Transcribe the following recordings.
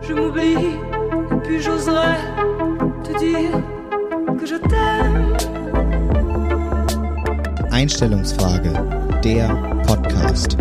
je m'oublie, et puis j'oserais te dire que je t'aime. Einstellungsfrage, der Podcast.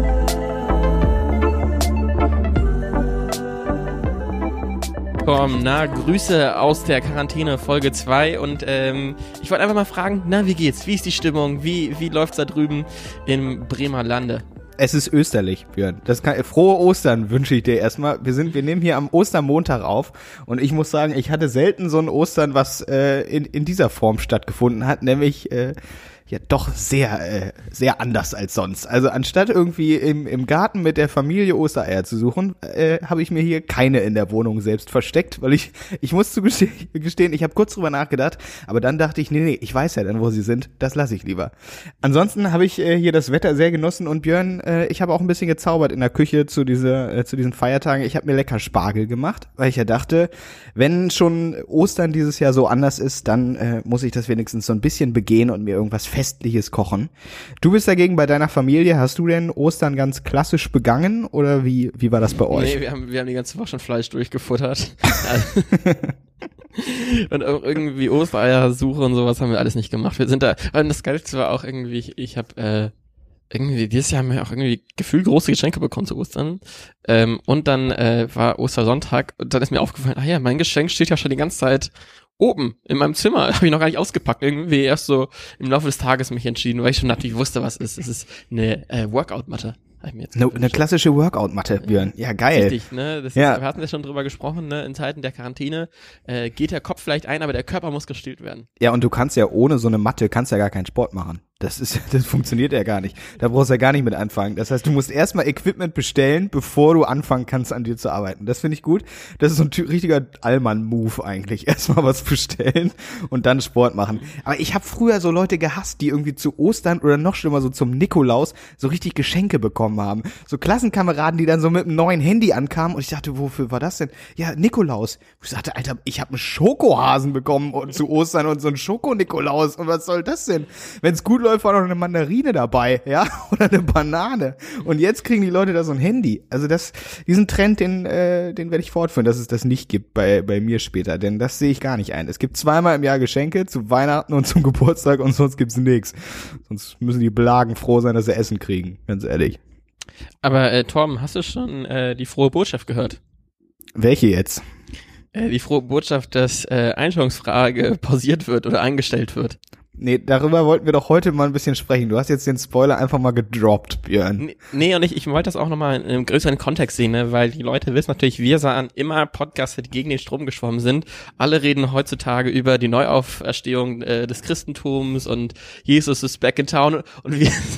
Grüße aus der Quarantäne, Folge 2 und ich wollte einfach mal fragen, wie geht's? Wie ist die Stimmung? Wie läuft's da drüben im Bremer Lande? Es ist österlich, Björn. Frohe Ostern wünsche ich dir erstmal. Wir nehmen hier am Ostermontag auf und ich muss sagen, ich hatte selten so ein Ostern, was in dieser Form stattgefunden hat, nämlich ja doch sehr anders als sonst. Also anstatt irgendwie im Garten mit der Familie Ostereier zu suchen, habe ich mir hier keine in der Wohnung selbst versteckt, weil ich muss gestehen, ich habe kurz drüber nachgedacht, aber dann dachte ich, nee, ich weiß ja dann, wo sie sind, das lasse ich lieber. Ansonsten habe ich hier das Wetter sehr genossen und Björn, ich habe auch ein bisschen gezaubert in der Küche zu diesen Feiertagen. Ich habe mir lecker Spargel gemacht, weil ich ja dachte, wenn schon Ostern dieses Jahr so anders ist, dann muss ich das wenigstens so ein bisschen begehen und mir irgendwas festliches kochen. Du bist dagegen bei deiner Familie. Hast du denn Ostern ganz klassisch begangen oder wie war das bei euch? Nee, wir haben die ganze Woche schon Fleisch durchgefuttert. Und auch irgendwie Ostereiersuche und sowas haben wir alles nicht gemacht. Wir sind da, und das Geilste war auch irgendwie, ich habe irgendwie, dieses Jahr haben wir auch irgendwie gefühlt große Geschenke bekommen zu Ostern. Und dann war Ostersonntag und dann ist mir aufgefallen, mein Geschenk steht ja schon die ganze Zeit oben in meinem Zimmer. Habe ich noch gar nicht ausgepackt. Irgendwie erst so im Laufe des Tages mich entschieden, weil ich schon natürlich wusste, was es ist. Es ist eine Workout-Matte. Eine klassische Workout-Matte, Björn. Ja, geil. Richtig, ne? Wir hatten ja schon drüber gesprochen, ne? In Zeiten der Quarantäne geht der Kopf vielleicht ein, aber der Körper muss gestillt werden. Ja, und du kannst ja ohne so eine Matte, gar keinen Sport machen. Das funktioniert ja gar nicht. Da brauchst du ja gar nicht mit anfangen. Das heißt, du musst erstmal Equipment bestellen, bevor du anfangen kannst, an dir zu arbeiten. Das finde ich gut. Das ist so ein richtiger Allmann-Move eigentlich. Erstmal was bestellen und dann Sport machen. Aber ich habe früher so Leute gehasst, die irgendwie zu Ostern oder noch schlimmer so zum Nikolaus so richtig Geschenke bekommen haben. So Klassenkameraden, die dann so mit einem neuen Handy ankamen und ich dachte, wofür war das denn? Ja, Nikolaus. Ich sagte, Alter, ich habe einen Schokohasen bekommen zu Ostern und so einen Schoko-Nikolaus. Und was soll das denn? Wenn's gut läuft, war noch eine Mandarine dabei, ja, oder eine Banane. Und jetzt kriegen die Leute da so ein Handy. Also diesen Trend, den werde ich fortführen, dass es das nicht gibt bei mir später, denn das sehe ich gar nicht ein. Es gibt zweimal im Jahr Geschenke, zu Weihnachten und zum Geburtstag und sonst gibt's nichts. Sonst müssen die Blagen froh sein, dass sie Essen kriegen, ganz ehrlich. Aber Torben, hast du schon die frohe Botschaft gehört? Welche jetzt? Die frohe Botschaft, dass Einstellungsfrage pausiert wird oder eingestellt wird. Nee, darüber wollten wir doch heute mal ein bisschen sprechen. Du hast jetzt den Spoiler einfach mal gedroppt, Björn. Nee, und ich wollte das auch nochmal in einem größeren Kontext sehen, ne? Weil die Leute wissen natürlich, wir sahen immer Podcasts, die gegen den Strom geschwommen sind. Alle reden heutzutage über die Neuauferstehung des Christentums und Jesus ist back in town und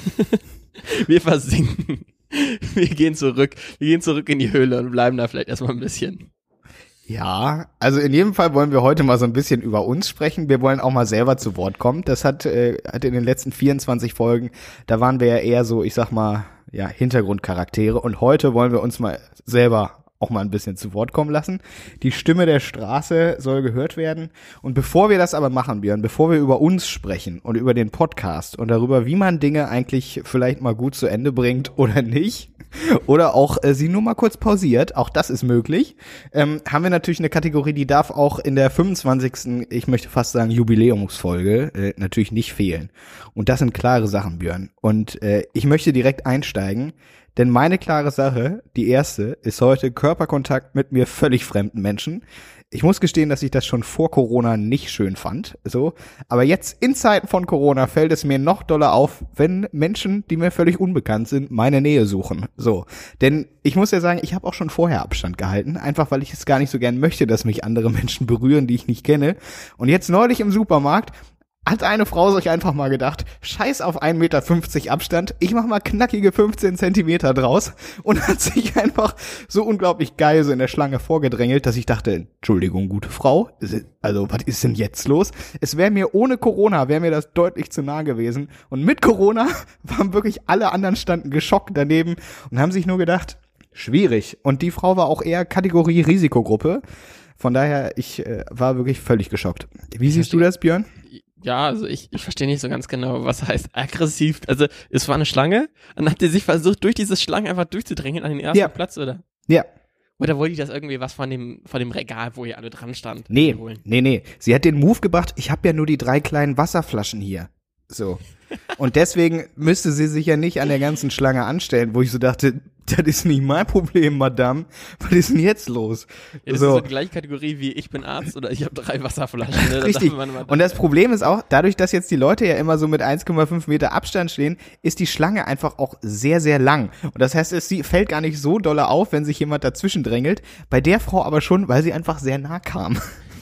wir versinken. Wir gehen zurück in die Höhle und bleiben da vielleicht erstmal ein bisschen. Ja, also in jedem Fall wollen wir heute mal so ein bisschen über uns sprechen. Wir wollen auch mal selber zu Wort kommen. Das hat in den letzten 24 Folgen, da waren wir ja eher so, ich sag mal, ja, Hintergrundcharaktere. Und heute wollen wir uns mal selber auch mal ein bisschen zu Wort kommen lassen. Die Stimme der Straße soll gehört werden. Und bevor wir das aber machen, Björn, bevor wir über uns sprechen und über den Podcast und darüber, wie man Dinge eigentlich vielleicht mal gut zu Ende bringt oder nicht, oder auch sie nur mal kurz pausiert, auch das ist möglich, haben wir natürlich eine Kategorie, die darf auch in der 25., ich möchte fast sagen Jubiläumsfolge, natürlich nicht fehlen. Und das sind klare Sachen, Björn. Und ich möchte direkt einsteigen, denn meine klare Sache, die erste, ist heute Körperkontakt mit mir völlig fremden Menschen. Ich muss gestehen, dass ich das schon vor Corona nicht schön fand, so. Aber jetzt in Zeiten von Corona fällt es mir noch doller auf, wenn Menschen, die mir völlig unbekannt sind, meine Nähe suchen, so. Denn ich muss ja sagen, ich habe auch schon vorher Abstand gehalten, einfach weil ich es gar nicht so gern möchte, dass mich andere Menschen berühren, die ich nicht kenne. Und jetzt neulich im Supermarkt hat eine Frau sich einfach mal gedacht, scheiß auf 1,50 Meter Abstand, ich mach mal knackige 15 Zentimeter draus und hat sich einfach so unglaublich geil so in der Schlange vorgedrängelt, dass ich dachte, Entschuldigung, gute Frau, also was ist denn jetzt los? Es wäre mir ohne Corona, wäre mir das deutlich zu nah gewesen und mit Corona waren wirklich alle anderen standen geschockt daneben und haben sich nur gedacht, schwierig. Und die Frau war auch eher Kategorie Risikogruppe, von daher, ich war wirklich völlig geschockt. Wie siehst du das, Björn? Ja, also ich verstehe nicht so ganz genau, was heißt aggressiv. Also es war eine Schlange, dann hat die sich versucht, durch diese Schlange einfach durchzudrängen an den ersten Platz, oder? Ja. Oder wollte ich das irgendwie was von dem Regal, wo hier alle dran stand? Nee, holen? nee. Sie hat den Move gebracht, ich habe ja nur die 3 kleinen Wasserflaschen hier. So. Und deswegen müsste sie sich ja nicht an der ganzen Schlange anstellen, wo ich so dachte, das ist nicht mein Problem, Madame. Was ist denn jetzt los? Ja, das ist so die gleiche Kategorie wie ich bin Arzt oder ich habe 3 Wasserflaschen. Ne? Richtig. Und das Problem ist auch, dadurch, dass jetzt die Leute ja immer so mit 1,5 Meter Abstand stehen, ist die Schlange einfach auch sehr, sehr lang. Und das heißt, es fällt gar nicht so dolle auf, wenn sich jemand dazwischen drängelt. Bei der Frau aber schon, weil sie einfach sehr nah kam.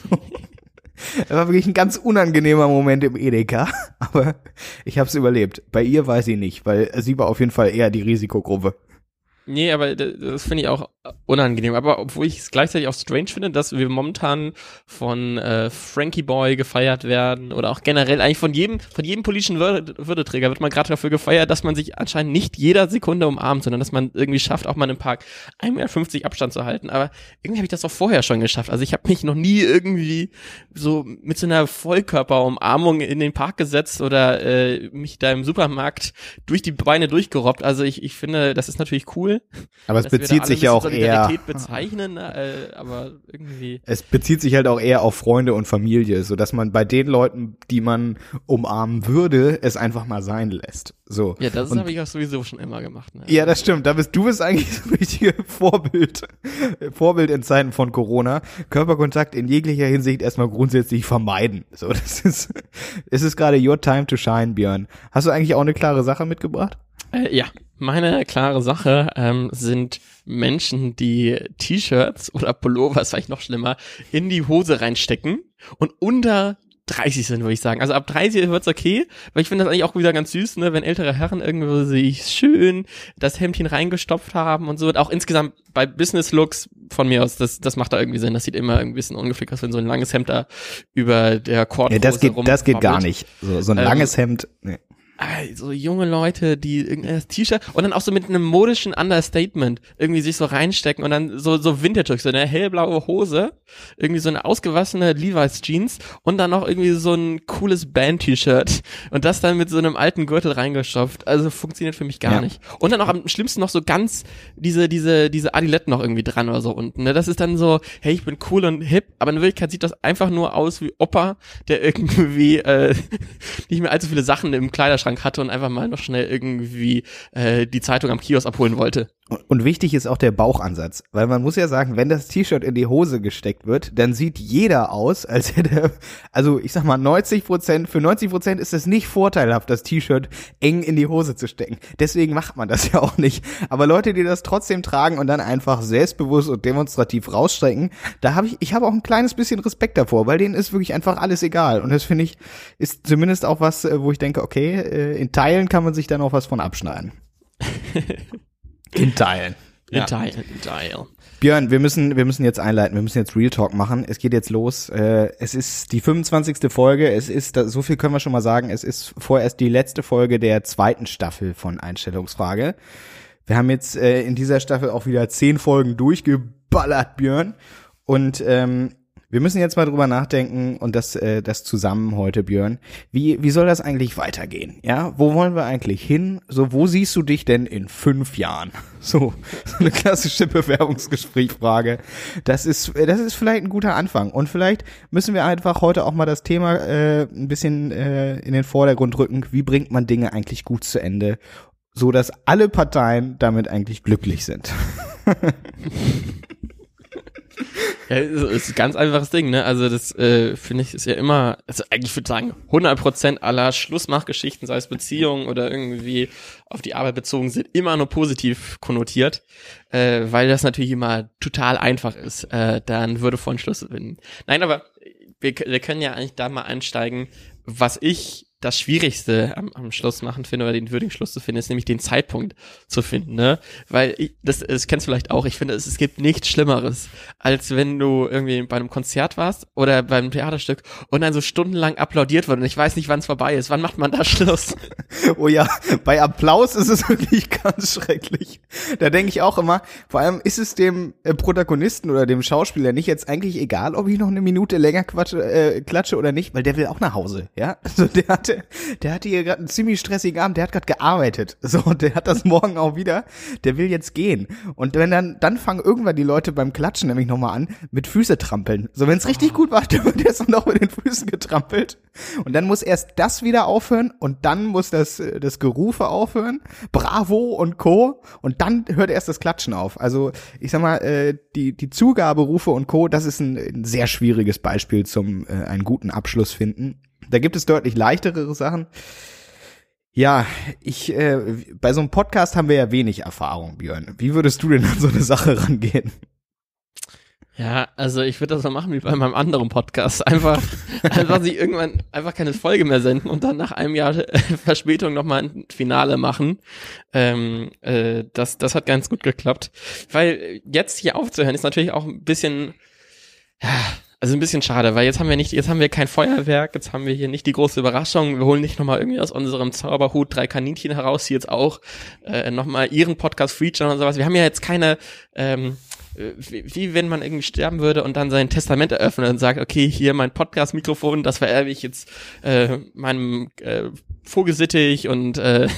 Das war wirklich ein ganz unangenehmer Moment im Edeka, aber ich habe es überlebt. Bei ihr weiß ich nicht, weil sie war auf jeden Fall eher die Risikogruppe. Nee, aber das finde ich auch unangenehm. Aber obwohl ich es gleichzeitig auch strange finde, dass wir momentan von Frankie Boy gefeiert werden oder auch generell eigentlich von jedem politischen Würdeträger wird man gerade dafür gefeiert, dass man sich anscheinend nicht jeder Sekunde umarmt, sondern dass man irgendwie schafft, auch mal im Park 1,50 Meter Abstand zu halten. Aber irgendwie habe ich das auch vorher schon geschafft. Also ich habe mich noch nie irgendwie so mit so einer Vollkörperumarmung in den Park gesetzt oder mich da im Supermarkt durch die Beine durchgerobbt. Also ich finde, das ist natürlich cool. Aber es bezieht sich ja auch eher bezeichnen, aber irgendwie. Es bezieht sich halt auch eher auf Freunde und Familie, so dass man bei den Leuten, die man umarmen würde, es einfach mal sein lässt. So. Ja, das habe ich auch sowieso schon immer gemacht. Ne? Ja, das stimmt. Du bist eigentlich so ein richtiges Vorbild in Zeiten von Corona. Körperkontakt in jeglicher Hinsicht erstmal grundsätzlich vermeiden. So, es ist gerade your time to shine, Björn. Hast du eigentlich auch eine klare Sache mitgebracht? Ja. Meine klare Sache sind Menschen, die T-Shirts oder Pullovers, vielleicht noch schlimmer, in die Hose reinstecken und unter 30 sind, würde ich sagen. Also ab 30 wird's okay, weil ich finde das eigentlich auch wieder ganz süß, ne, wenn ältere Herren irgendwo sich schön das Hemdchen reingestopft haben und so. Und auch insgesamt bei Business-Looks von mir aus, das macht da irgendwie Sinn. Das sieht immer irgendwie ein bisschen ungepflegt aus, wenn so ein langes Hemd da über der Korthose das geht gar nicht. So ein langes Hemd, nee. So junge Leute, die irgendein T-Shirt und dann auch so mit einem modischen Understatement irgendwie sich so reinstecken und dann so Vintage, so eine hellblaue Hose, irgendwie so eine ausgewaschene Levi's Jeans und dann noch irgendwie so ein cooles Band-T-Shirt und das dann mit so einem alten Gürtel reingestopft. Also funktioniert für mich gar nicht. Und dann auch am schlimmsten noch so ganz diese Adiletten noch irgendwie dran oder so unten. Ne? Das ist dann so, hey, ich bin cool und hip, aber in Wirklichkeit sieht das einfach nur aus wie Opa, der irgendwie nicht mehr allzu viele Sachen im Kleiderschrank hatte und einfach mal noch schnell irgendwie die Zeitung am Kiosk abholen wollte. Und wichtig ist auch der Bauchansatz, weil man muss ja sagen, wenn das T-Shirt in die Hose gesteckt wird, dann sieht jeder aus, als hätte, also ich sag mal 90%, für 90% ist es nicht vorteilhaft, das T-Shirt eng in die Hose zu stecken. Deswegen macht man das ja auch nicht. Aber Leute, die das trotzdem tragen und dann einfach selbstbewusst und demonstrativ rausstrecken, ich habe auch ein kleines bisschen Respekt davor, weil denen ist wirklich einfach alles egal. Und das finde ich, ist zumindest auch was, wo ich denke, okay, in Teilen kann man sich dann auch was von abschneiden. In Teilen. In Teilen. Björn, wir müssen jetzt einleiten, wir müssen jetzt Real Talk machen. Es geht jetzt los. Es ist die 25. Folge. So viel können wir schon mal sagen. Es ist vorerst die letzte Folge der 2. Staffel von Einstellungsfrage. Wir haben jetzt in dieser Staffel auch wieder 10 Folgen durchgeballert, Björn. Und wir müssen jetzt mal drüber nachdenken und das zusammen heute, Björn. Wie soll das eigentlich weitergehen? Ja, wo wollen wir eigentlich hin? So, wo siehst du dich denn in 5 Jahren? So eine klassische Bewerbungsgesprächfrage. Das ist vielleicht ein guter Anfang. Und vielleicht müssen wir einfach heute auch mal das Thema ein bisschen in den Vordergrund rücken. Wie bringt man Dinge eigentlich gut zu Ende, so dass alle Parteien damit eigentlich glücklich sind? Ja, ist ein ganz einfaches Ding, ne? Also das finde ich ist ja immer, also eigentlich würde ich sagen 100% aller Schlussmachgeschichten, sei es Beziehungen oder irgendwie auf die Arbeit bezogen, sind immer nur positiv konnotiert, weil das natürlich immer total einfach ist, dann würde von Schluss finden. Nein, aber wir können ja eigentlich da mal einsteigen, was ich das Schwierigste am Schluss machen finde, oder den würdigen Schluss zu finden, ist nämlich den Zeitpunkt zu finden, ne? Weil das kennst du vielleicht auch, ich finde, es gibt nichts Schlimmeres, als wenn du irgendwie bei einem Konzert warst oder beim Theaterstück und dann so stundenlang applaudiert wird und ich weiß nicht, wann es vorbei ist. Wann macht man da Schluss? Oh ja, bei Applaus ist es wirklich ganz schrecklich. Da denke ich auch immer, vor allem ist es dem Protagonisten oder dem Schauspieler nicht jetzt eigentlich egal, ob ich noch eine Minute länger klatsche oder nicht, weil der will auch nach Hause, ja? Also der hat der hatte hier gerade einen ziemlich stressigen Abend, der hat gerade gearbeitet. So, und der hat das morgen auch wieder, der will jetzt gehen. Und wenn dann fangen irgendwann die Leute beim Klatschen nämlich nochmal an, mit Füße trampeln. So, wenn es richtig gut war, dann wird erst noch mit den Füßen getrampelt. Und dann muss erst das wieder aufhören und dann muss das Gerufe aufhören. Bravo und Co. Und dann hört erst das Klatschen auf. Also, ich sag mal, die Zugaberufe und Co., das ist ein sehr schwieriges Beispiel zum einen guten Abschluss finden. Da gibt es deutlich leichtere Sachen. Ja, bei so einem Podcast haben wir ja wenig Erfahrung, Björn. Wie würdest du denn an so eine Sache rangehen? Ja, also ich würde das so machen wie bei meinem anderen Podcast. Einfach sich irgendwann einfach keine Folge mehr senden und dann nach einem Jahr Verspätung nochmal ein Finale machen. Das hat ganz gut geklappt. Weil jetzt hier aufzuhören ist natürlich auch ein bisschen, ja, also ein bisschen schade, weil jetzt haben wir kein Feuerwerk, jetzt haben wir hier nicht die große Überraschung, wir holen nicht nochmal irgendwie aus unserem Zauberhut 3 Kaninchen heraus, die jetzt auch nochmal ihren Podcast featuren und sowas. Wir haben ja jetzt keine, wie wenn man irgendwie sterben würde und dann sein Testament eröffnet und sagt, okay, hier mein Podcast-Mikrofon, das vererbe ich jetzt meinem Vogelsittich und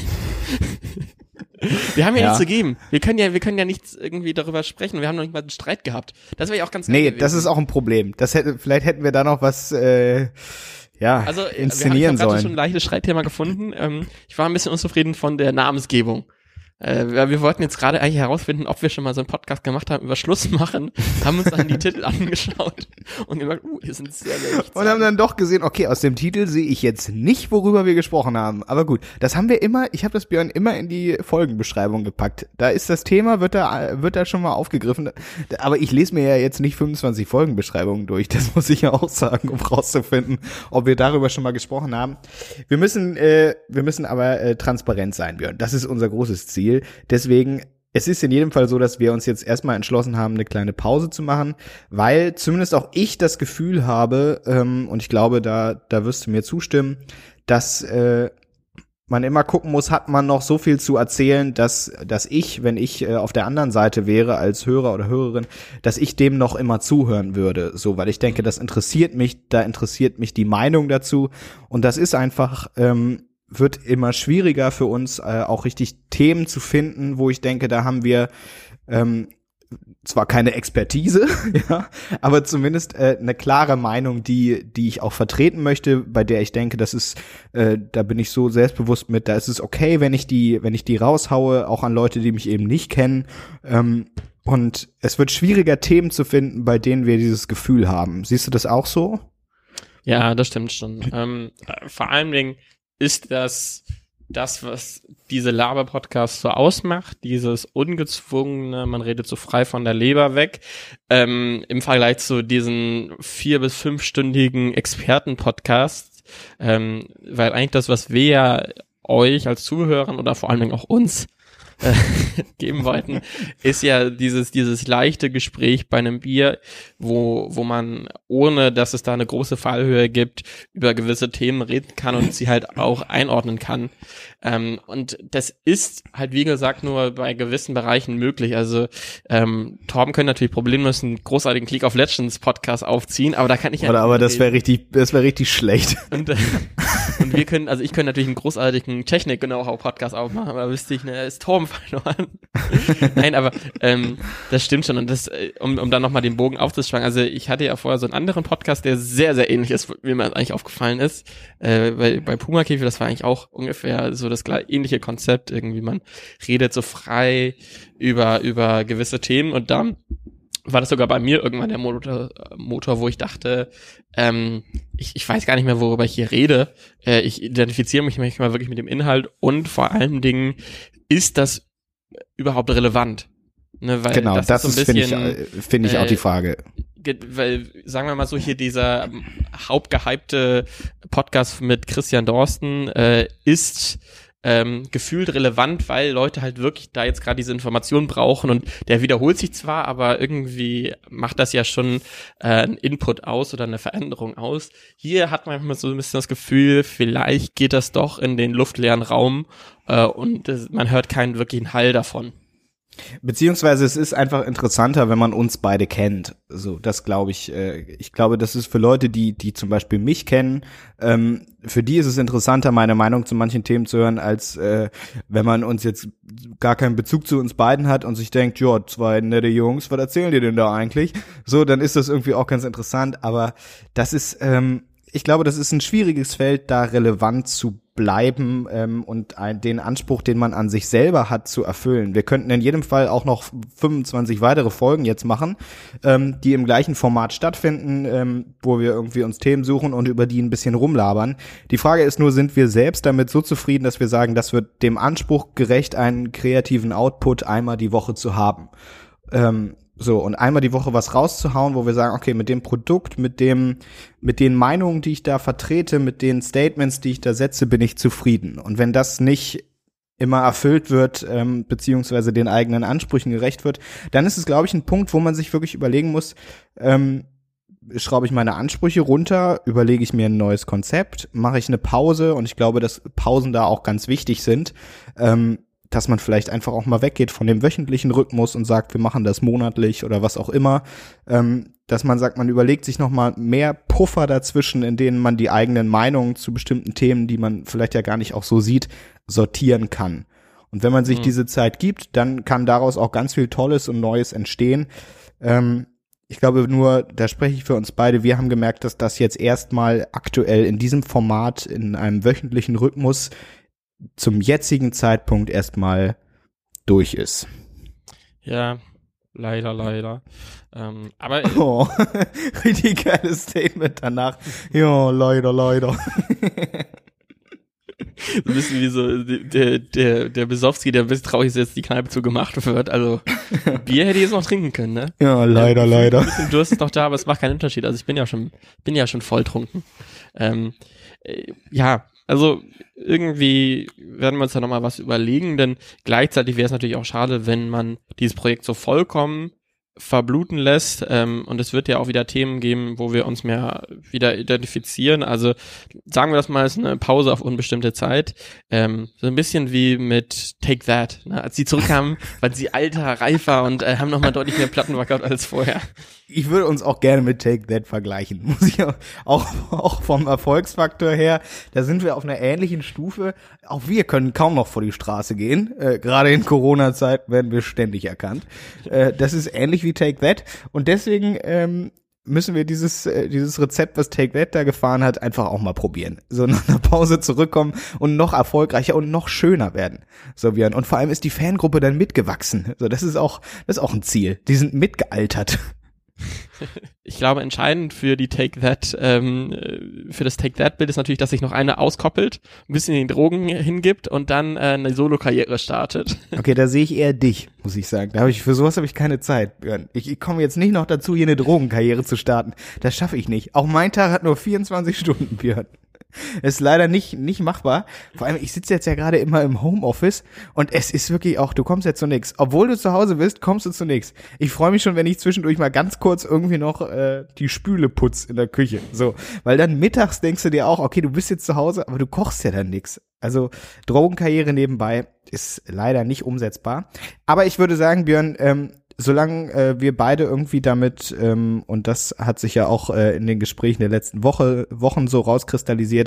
wir haben ja nichts zu geben. Wir können ja nichts irgendwie darüber sprechen. Wir haben noch nicht mal einen Streit gehabt. Das wäre ja auch ganz geil gewesen. Das ist auch ein Problem. Vielleicht hätten wir da noch was inszenieren sollen. Ich habe schon ein leichtes Streitthema gefunden. Ich war ein bisschen unzufrieden von der Namensgebung. Wir wollten jetzt gerade eigentlich herausfinden, ob wir schon mal so einen Podcast gemacht haben über Schluss machen, haben uns dann die Titel angeschaut und gesagt, die sind sehr leicht. Und haben dann doch gesehen, okay, aus dem Titel sehe ich jetzt nicht, worüber wir gesprochen haben. Aber gut, das haben wir immer, ich habe das Björn immer in die Folgenbeschreibung gepackt. Da ist das Thema, wird da schon mal aufgegriffen. Aber ich lese mir ja jetzt nicht 25 Folgenbeschreibungen durch. Das muss ich ja auch sagen, um rauszufinden, ob wir darüber schon mal gesprochen haben. Wir müssen aber transparent sein, Björn. Das ist unser großes Ziel. Deswegen, es ist in jedem Fall so, dass wir uns jetzt erstmal entschlossen haben, eine kleine Pause zu machen, weil zumindest auch ich das Gefühl habe, und ich glaube, da wirst du mir zustimmen, dass man immer gucken muss, hat man noch so viel zu erzählen, dass ich, wenn ich auf der anderen Seite wäre als Hörer oder Hörerin, dass ich dem noch immer zuhören würde, so, weil ich denke, da interessiert mich die Meinung dazu und das ist einfach wird immer schwieriger für uns, auch richtig Themen zu finden, wo ich denke, da haben wir zwar keine Expertise, ja, aber zumindest eine klare Meinung, die ich auch vertreten möchte, bei der ich denke, das ist, da bin ich so selbstbewusst mit, da ist es okay, wenn ich die raushaue, auch an Leute, die mich eben nicht kennen. Und es wird schwieriger, Themen zu finden, bei denen wir dieses Gefühl haben. Siehst du das auch so? Ja, das stimmt schon. Vor allen Dingen ist das, was diese Laber-Podcasts so ausmacht, dieses ungezwungene, man redet so frei von der Leber weg, im Vergleich zu diesen 4- bis 5-stündigen Experten-Podcasts, weil eigentlich das, was wir ja euch als Zuhörern oder vor allen Dingen auch uns geben wollten, ist ja dieses leichte Gespräch bei einem Bier, wo man, ohne dass es da eine große Fallhöhe gibt, über gewisse Themen reden kann und sie halt auch einordnen kann. Und das ist halt, wie gesagt, nur bei gewissen Bereichen möglich. Also Torben könnte natürlich problemlos einen großartigen League of Legends Podcast aufziehen, aber da kann ich ja aber das wäre richtig schlecht. Und wir können, also ich könnte natürlich einen großartigen Technik-Know-how-Podcast aufmachen, aber wüsste ich, ist Torben verloren. Nein, aber das stimmt schon. Und das, um dann nochmal den Bogen aufzuspannen, also ich hatte ja vorher so einen anderen Podcast, der sehr, sehr ähnlich ist, wie mir eigentlich aufgefallen ist. Bei Puma Käfig, das war eigentlich auch ungefähr so das ähnliche Konzept. Irgendwie, man redet so frei über gewisse Themen und dann war das sogar bei mir irgendwann der Motor, wo ich dachte, ich weiß gar nicht mehr, worüber ich hier rede. Ich identifiziere mich manchmal wirklich mit dem Inhalt und vor allen Dingen, ist das überhaupt relevant? Ne, weil genau, das ist so ein bisschen, finde ich auch die Frage. Weil, sagen wir mal so, hier dieser hauptgehypte Podcast mit Christian Dorsten ist gefühlt relevant, weil Leute halt wirklich da jetzt gerade diese Informationen brauchen und der wiederholt sich zwar, aber irgendwie macht das ja schon einen Input aus oder eine Veränderung aus. Hier hat man manchmal so ein bisschen das Gefühl, vielleicht geht das doch in den luftleeren Raum und man hört keinen wirklichen Hall davon. Beziehungsweise es ist einfach interessanter, wenn man uns beide kennt. So, das glaube ich. Ich glaube, das ist für Leute, die zum Beispiel mich kennen, für die ist es interessanter, meine Meinung zu manchen Themen zu hören, als wenn man uns jetzt gar keinen Bezug zu uns beiden hat und sich denkt, ja, zwei nette Jungs, was erzählen die denn da eigentlich? So, dann ist das irgendwie auch ganz interessant. Aber das ist, ich glaube, das ist ein schwieriges Feld, da relevant zu bleiben und den Anspruch, den man an sich selber hat, zu erfüllen. Wir könnten in jedem Fall auch noch 25 weitere Folgen jetzt machen, die im gleichen Format stattfinden, wo wir irgendwie uns Themen suchen und über die ein bisschen rumlabern. Die Frage ist nur, sind wir selbst damit so zufrieden, dass wir sagen, das wird dem Anspruch gerecht, einen kreativen Output einmal die Woche zu haben. So, und einmal die Woche was rauszuhauen, wo wir sagen, okay, mit dem Produkt, mit den Meinungen, die ich da vertrete, mit den Statements, die ich da setze, bin ich zufrieden. Und wenn das nicht immer erfüllt wird, beziehungsweise den eigenen Ansprüchen gerecht wird, dann ist es, glaube ich, ein Punkt, wo man sich wirklich überlegen muss, schraube ich meine Ansprüche runter, überlege ich mir ein neues Konzept, mache ich eine Pause, und ich glaube, dass Pausen da auch ganz wichtig sind, dass man vielleicht einfach auch mal weggeht von dem wöchentlichen Rhythmus und sagt, wir machen das monatlich oder was auch immer, dass man sagt, man überlegt sich nochmal mehr Puffer dazwischen, in denen man die eigenen Meinungen zu bestimmten Themen, die man vielleicht ja gar nicht auch so sieht, sortieren kann. Und wenn man sich diese Zeit gibt, dann kann daraus auch ganz viel Tolles und Neues entstehen. Ich glaube nur, da spreche ich für uns beide, wir haben gemerkt, dass das jetzt erstmal aktuell in diesem Format, in einem wöchentlichen Rhythmus, zum jetzigen Zeitpunkt erstmal durch ist. Ja, leider. Aber richtig geiles Statement danach. Ja, leider. So ein bisschen wie so der Besowski, der ein bisschen traurig ist, jetzt die Kneipe zugemacht wird. Also Bier hätte ich jetzt noch trinken können, ne? Ja, leider. Ein bisschen Durst ist noch da, aber es macht keinen Unterschied. Also ich bin ja schon volltrunken. Ja, also irgendwie werden wir uns da nochmal was überlegen, denn gleichzeitig wäre es natürlich auch schade, wenn man dieses Projekt so vollkommen verbluten lässt, und es wird ja auch wieder Themen geben, wo wir uns mehr wieder identifizieren. Also sagen wir das mal, ist eine Pause auf unbestimmte Zeit. So ein bisschen wie mit Take That, ne? Als die zurückkamen, waren sie alter, reifer und haben nochmal deutlich mehr Platten verkauft als vorher. Ich würde uns auch gerne mit Take That vergleichen. Muss ich auch vom Erfolgsfaktor her, da sind wir auf einer ähnlichen Stufe. Auch wir können kaum noch vor die Straße gehen. Gerade in Corona-Zeit werden wir ständig erkannt. Das ist ähnlich wie Take That. Und deswegen müssen wir dieses Rezept, was Take That da gefahren hat, einfach auch mal probieren. So nach einer Pause zurückkommen und noch erfolgreicher und noch schöner werden. So, Björn. Und vor allem ist die Fangruppe dann mitgewachsen. So, das ist auch ein Ziel. Die sind mitgealtert. Ich glaube, entscheidend für die Take That, für das Take That Bild ist natürlich, dass sich noch einer auskoppelt, ein bisschen in die Drogen hingibt und dann eine Solo-Karriere startet. Okay, da sehe ich eher dich, muss ich sagen. Für sowas habe ich keine Zeit, Björn. Ich komme jetzt nicht noch dazu, hier eine Drogenkarriere zu starten. Das schaffe ich nicht. Auch mein Tag hat nur 24 Stunden, Björn. Ist leider nicht machbar. Vor allem, ich sitze jetzt ja gerade immer im Homeoffice und es ist wirklich auch, du kommst ja zu nix. Obwohl du zu Hause bist, kommst du zu nix. Ich freue mich schon, wenn ich zwischendurch mal ganz kurz irgendwie noch die Spüle putz in der Küche. So, weil dann mittags denkst du dir auch, okay, du bist jetzt zu Hause, aber du kochst ja dann nix. Also Drogenkarriere nebenbei ist leider nicht umsetzbar. Aber ich würde sagen, Björn, solange wir beide irgendwie damit, und das hat sich ja auch in den Gesprächen der letzten Wochen so rauskristallisiert,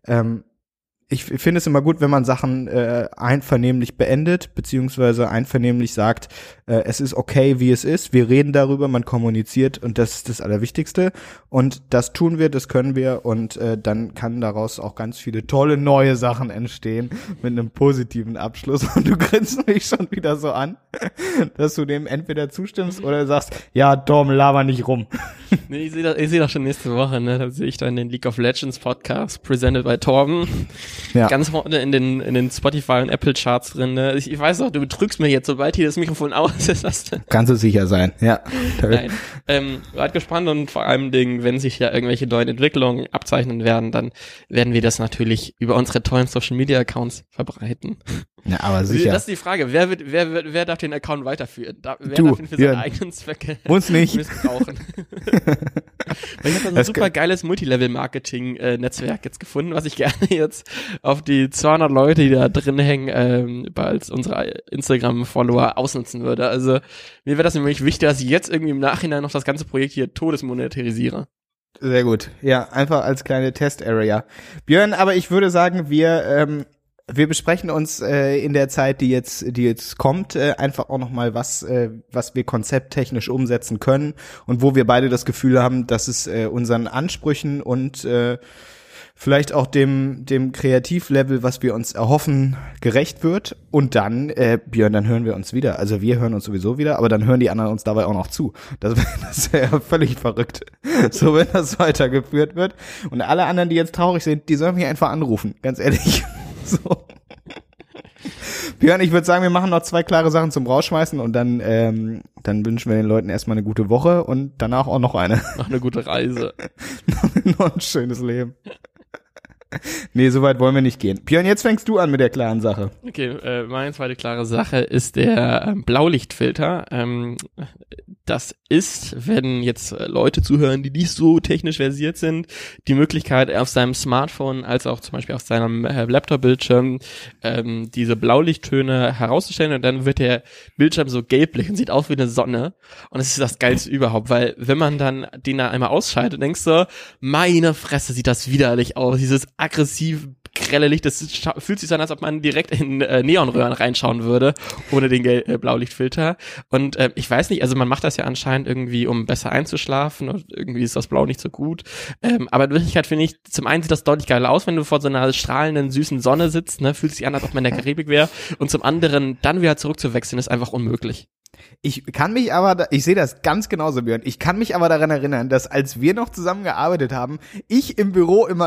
ich finde es immer gut, wenn man Sachen einvernehmlich beendet, beziehungsweise einvernehmlich sagt, es ist okay, wie es ist, wir reden darüber, man kommuniziert und das ist das Allerwichtigste und das tun wir, das können wir und dann kann daraus auch ganz viele tolle neue Sachen entstehen mit einem positiven Abschluss und du grinst mich schon wieder so an, dass du dem entweder zustimmst oder sagst, ja, Tom, laber nicht rum. Nee, ich sehe das schon nächste Woche, ne? Da sehe ich dann den League of Legends Podcast, presented by Torben. Ja. Ganz vorne in den Spotify und Apple Charts drin. Ne? Ich weiß doch, du betrügst mir jetzt, sobald hier das Mikrofon aus ist. Kannst du sicher sein, ja. Nein. Seid gespannt und vor allem Dingen, wenn sich ja irgendwelche neuen Entwicklungen abzeichnen werden, dann werden wir das natürlich über unsere tollen Social Media Accounts verbreiten. Ja, aber sicher. Das ist die Frage, wer darf den Account weiterführen? Wer du, darf ihn für seine eigenen Zwecke uns nicht missbrauchen? Weil ich habe da ein super geiles Multilevel-Marketing-Netzwerk jetzt gefunden, was ich gerne jetzt auf die 200 Leute, die da drin hängen, als unsere Instagram-Follower ausnutzen würde. Also mir wäre das nämlich wichtig, dass ich jetzt irgendwie im Nachhinein noch das ganze Projekt hier todesmonetarisiere. Sehr gut. Ja, einfach als kleine Test-Area. Björn, aber ich würde sagen, wir besprechen uns in der Zeit, die jetzt kommt, einfach auch noch mal was wir konzepttechnisch umsetzen können und wo wir beide das Gefühl haben, dass es unseren Ansprüchen und vielleicht auch dem Kreativlevel, was wir uns erhoffen, gerecht wird. Und dann, Björn, dann hören wir uns wieder. Also wir hören uns sowieso wieder, aber dann hören die anderen uns dabei auch noch zu. Das wäre ja völlig verrückt, so wenn das weitergeführt wird. Und alle anderen, die jetzt traurig sind, die sollen mich einfach anrufen, ganz ehrlich. So. Björn, ich würde sagen, wir machen noch 2 klare Sachen zum Rausschmeißen und dann wünschen wir den Leuten erstmal eine gute Woche und danach auch noch eine. Noch eine gute Reise. Noch ein schönes Leben. Nee, so weit wollen wir nicht gehen. Björn, jetzt fängst du an mit der klaren Sache. Okay, meine zweite klare Sache ist der Blaulichtfilter. Das ist, wenn jetzt Leute zuhören, die nicht so technisch versiert sind, die Möglichkeit auf seinem Smartphone als auch zum Beispiel auf seinem Laptop-Bildschirm diese Blaulichttöne herauszustellen und dann wird der Bildschirm so gelblich und sieht aus wie eine Sonne und es ist das Geilste überhaupt, weil wenn man dann den da einmal ausschaltet, denkst du, meine Fresse, sieht das widerlich aus, dieses aggressiv grelle Licht, das fühlt sich so an, als ob man direkt in Neonröhren reinschauen würde, ohne den Blaulichtfilter. Und ich weiß nicht, also man macht das ja anscheinend irgendwie, um besser einzuschlafen und irgendwie ist das Blau nicht so gut. Aber in Wirklichkeit finde ich, zum einen sieht das deutlich geiler aus, wenn du vor so einer strahlenden, süßen Sonne sitzt, ne, fühlt sich an, als ob man in der Karibik wäre. Und zum anderen, dann wieder zurückzuwechseln, ist einfach unmöglich. Ich sehe das ganz genauso, Björn. Ich kann mich aber daran erinnern, dass als wir noch zusammen gearbeitet haben, ich im Büro immer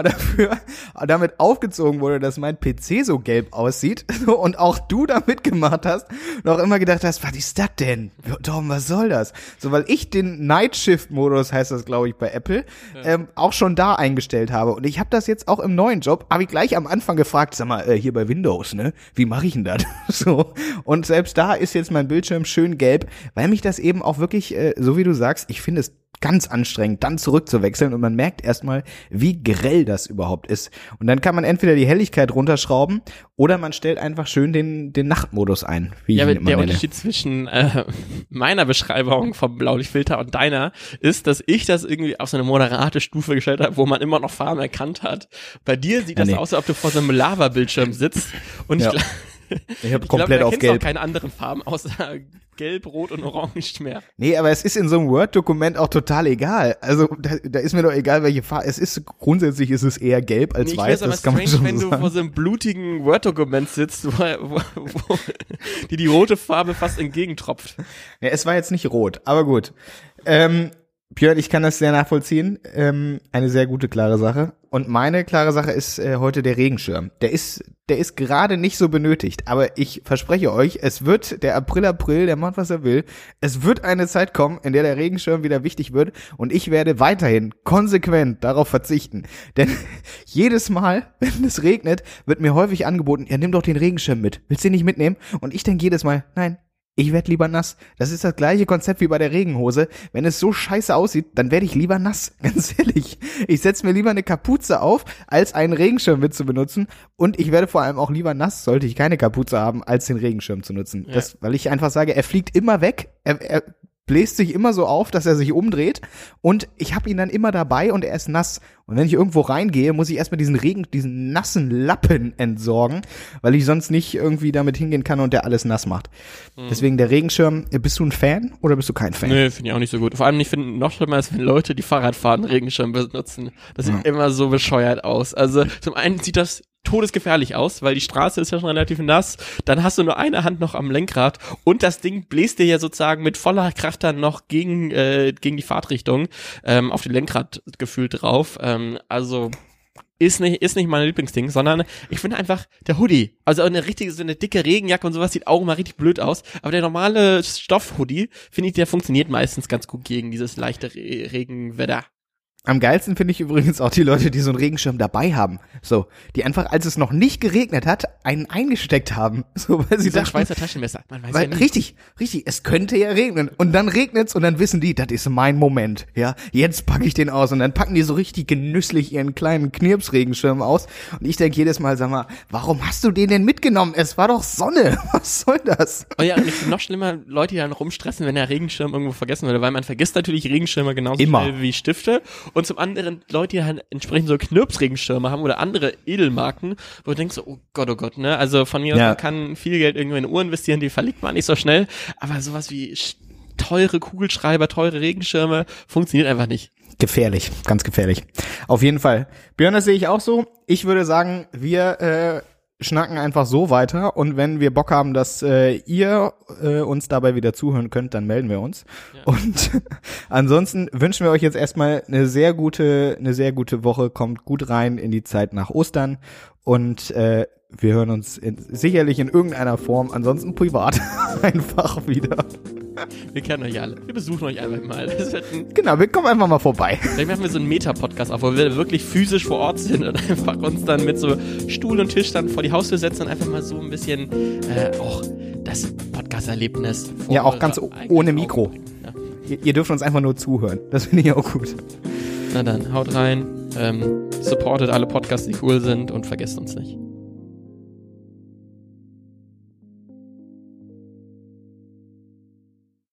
damit aufgezogen wurde, dass mein PC so gelb aussieht und auch du da mitgemacht hast und auch immer gedacht hast, was ist das denn? Tom, was soll das? So, weil ich den Night-Shift-Modus, heißt das, glaube ich, bei Apple, auch schon da eingestellt habe. Und ich habe das jetzt auch im neuen Job, habe ich gleich am Anfang gefragt, sag mal, hier bei Windows, ne? Wie mache ich denn das? So. Und selbst da ist jetzt mein Bildschirm schön gelb, weil mich das eben auch wirklich, so wie du sagst, ich finde es ganz anstrengend, dann zurückzuwechseln und man merkt erstmal, wie grell das überhaupt ist. Und dann kann man entweder die Helligkeit runterschrauben oder man stellt einfach schön den Nachtmodus ein, wie ich ihn immer nenne. Der Unterschied zwischen meiner Beschreibung vom Blaulichtfilter und deiner ist, dass ich das irgendwie auf so eine moderate Stufe gestellt habe, wo man immer noch Farben erkannt hat. Bei dir sieht das aus, als ob du vor so einem Lava-Bildschirm sitzt und ich habe komplett auf Gelb. Auch keine anderen Farben außer Gelb, Rot und Orange mehr. Nee, aber es ist in so einem Word-Dokument auch total egal. Also da ist mir doch egal, welche Farbe. Grundsätzlich ist es eher gelb als weiß. Das kann man schon wenn so sagen. Du vor so einem blutigen Word-Dokument sitzt, wo die rote Farbe fast entgegentropft. Ja, es war jetzt nicht rot, aber gut. Björn, ich kann das sehr nachvollziehen. Eine sehr gute, klare Sache. Und meine klare Sache ist heute der Regenschirm. Der ist gerade nicht so benötigt. Aber ich verspreche euch, es wird der April, der macht, was er will. Es wird eine Zeit kommen, in der der Regenschirm wieder wichtig wird. Und ich werde weiterhin konsequent darauf verzichten. Denn jedes Mal, wenn es regnet, wird mir häufig angeboten, ja, nimm doch den Regenschirm mit. Willst du den nicht mitnehmen? Und ich denke jedes Mal, nein. Ich werde lieber nass. Das ist das gleiche Konzept wie bei der Regenhose. Wenn es so scheiße aussieht, dann werde ich lieber nass. Ganz ehrlich. Ich setze mir lieber eine Kapuze auf, als einen Regenschirm mit zu benutzen. Und ich werde vor allem auch lieber nass, sollte ich keine Kapuze haben, als den Regenschirm zu nutzen. Ja. Weil ich einfach sage, er fliegt immer weg. Er bläst sich immer so auf, dass er sich umdreht und ich habe ihn dann immer dabei und er ist nass. Und wenn ich irgendwo reingehe, muss ich erstmal diesen nassen Lappen entsorgen, weil ich sonst nicht irgendwie damit hingehen kann und der alles nass macht. Deswegen der Regenschirm, bist du ein Fan oder bist du kein Fan? Nee, finde ich auch nicht so gut. Vor allem, ich finde noch schlimmer, als wenn Leute, die Fahrrad fahren, Regenschirm benutzen. Das sieht immer so bescheuert aus. Also zum einen sieht das todesgefährlich aus, weil die Straße ist ja schon relativ nass, dann hast du nur eine Hand noch am Lenkrad und das Ding bläst dir ja sozusagen mit voller Kraft dann noch gegen die Fahrtrichtung auf die Lenkrad gefühlt drauf, also ist nicht mein Lieblingsding, sondern ich finde einfach der Hoodie, also so eine dicke Regenjacke und sowas sieht auch immer richtig blöd aus, aber der normale Stoff-Hoodie, finde ich, der funktioniert meistens ganz gut gegen dieses leichte Regenwetter. Am geilsten finde ich übrigens auch die Leute, die so einen Regenschirm dabei haben. So, die einfach, als es noch nicht geregnet hat, einen eingesteckt haben. So, weil sie so ein dachten, Schweizer Taschenmesser. Man weiß weil, ja nie. richtig, es könnte ja regnen. Und dann regnet's und dann wissen die, das ist mein Moment. Ja, jetzt packe ich den aus. Und dann packen die so richtig genüsslich ihren kleinen Knirps-Regenschirm aus. Und ich denke jedes Mal, sag mal, warum hast du den denn mitgenommen? Es war doch Sonne. Was soll das? Oh ja, und ich finde noch schlimmer, Leute, die dann rumstressen, wenn der Regenschirm irgendwo vergessen wird, weil man vergisst natürlich Regenschirme genauso Immer. schnell wie Stifte. Und zum anderen Leute, die halt entsprechend so Knirps-Regenschirme haben oder andere Edelmarken, wo du denkst so, oh Gott, ne? Also von mir aus, man kann viel Geld irgendwo in Uhren investieren, die verliert man nicht so schnell, aber sowas wie teure Kugelschreiber, teure Regenschirme funktioniert einfach nicht. Gefährlich, ganz gefährlich. Auf jeden Fall. Björn, das sehe ich auch so. Ich würde sagen, wir schnacken einfach so weiter und wenn wir Bock haben, dass ihr uns dabei wieder zuhören könnt, dann melden wir uns. Ja. Und ansonsten wünschen wir euch jetzt erstmal eine sehr gute Woche. Kommt gut rein in die Zeit nach Ostern und wir hören uns sicherlich in irgendeiner Form, ansonsten privat einfach wieder. Wir kennen euch alle. Wir besuchen euch einfach mal. Genau, wir kommen einfach mal vorbei. Vielleicht machen wir so einen Meta-Podcast auf, wo wir wirklich physisch vor Ort sind und einfach uns dann mit so Stuhl und Tisch dann vor die Haustür setzen und einfach mal so ein bisschen auch das Podcast-Erlebnis ja, auch ganz ohne Mikro. Ja. Ihr dürft uns einfach nur zuhören. Das finde ich auch gut. Na dann, haut rein, supportet alle Podcasts, die cool sind und vergesst uns nicht.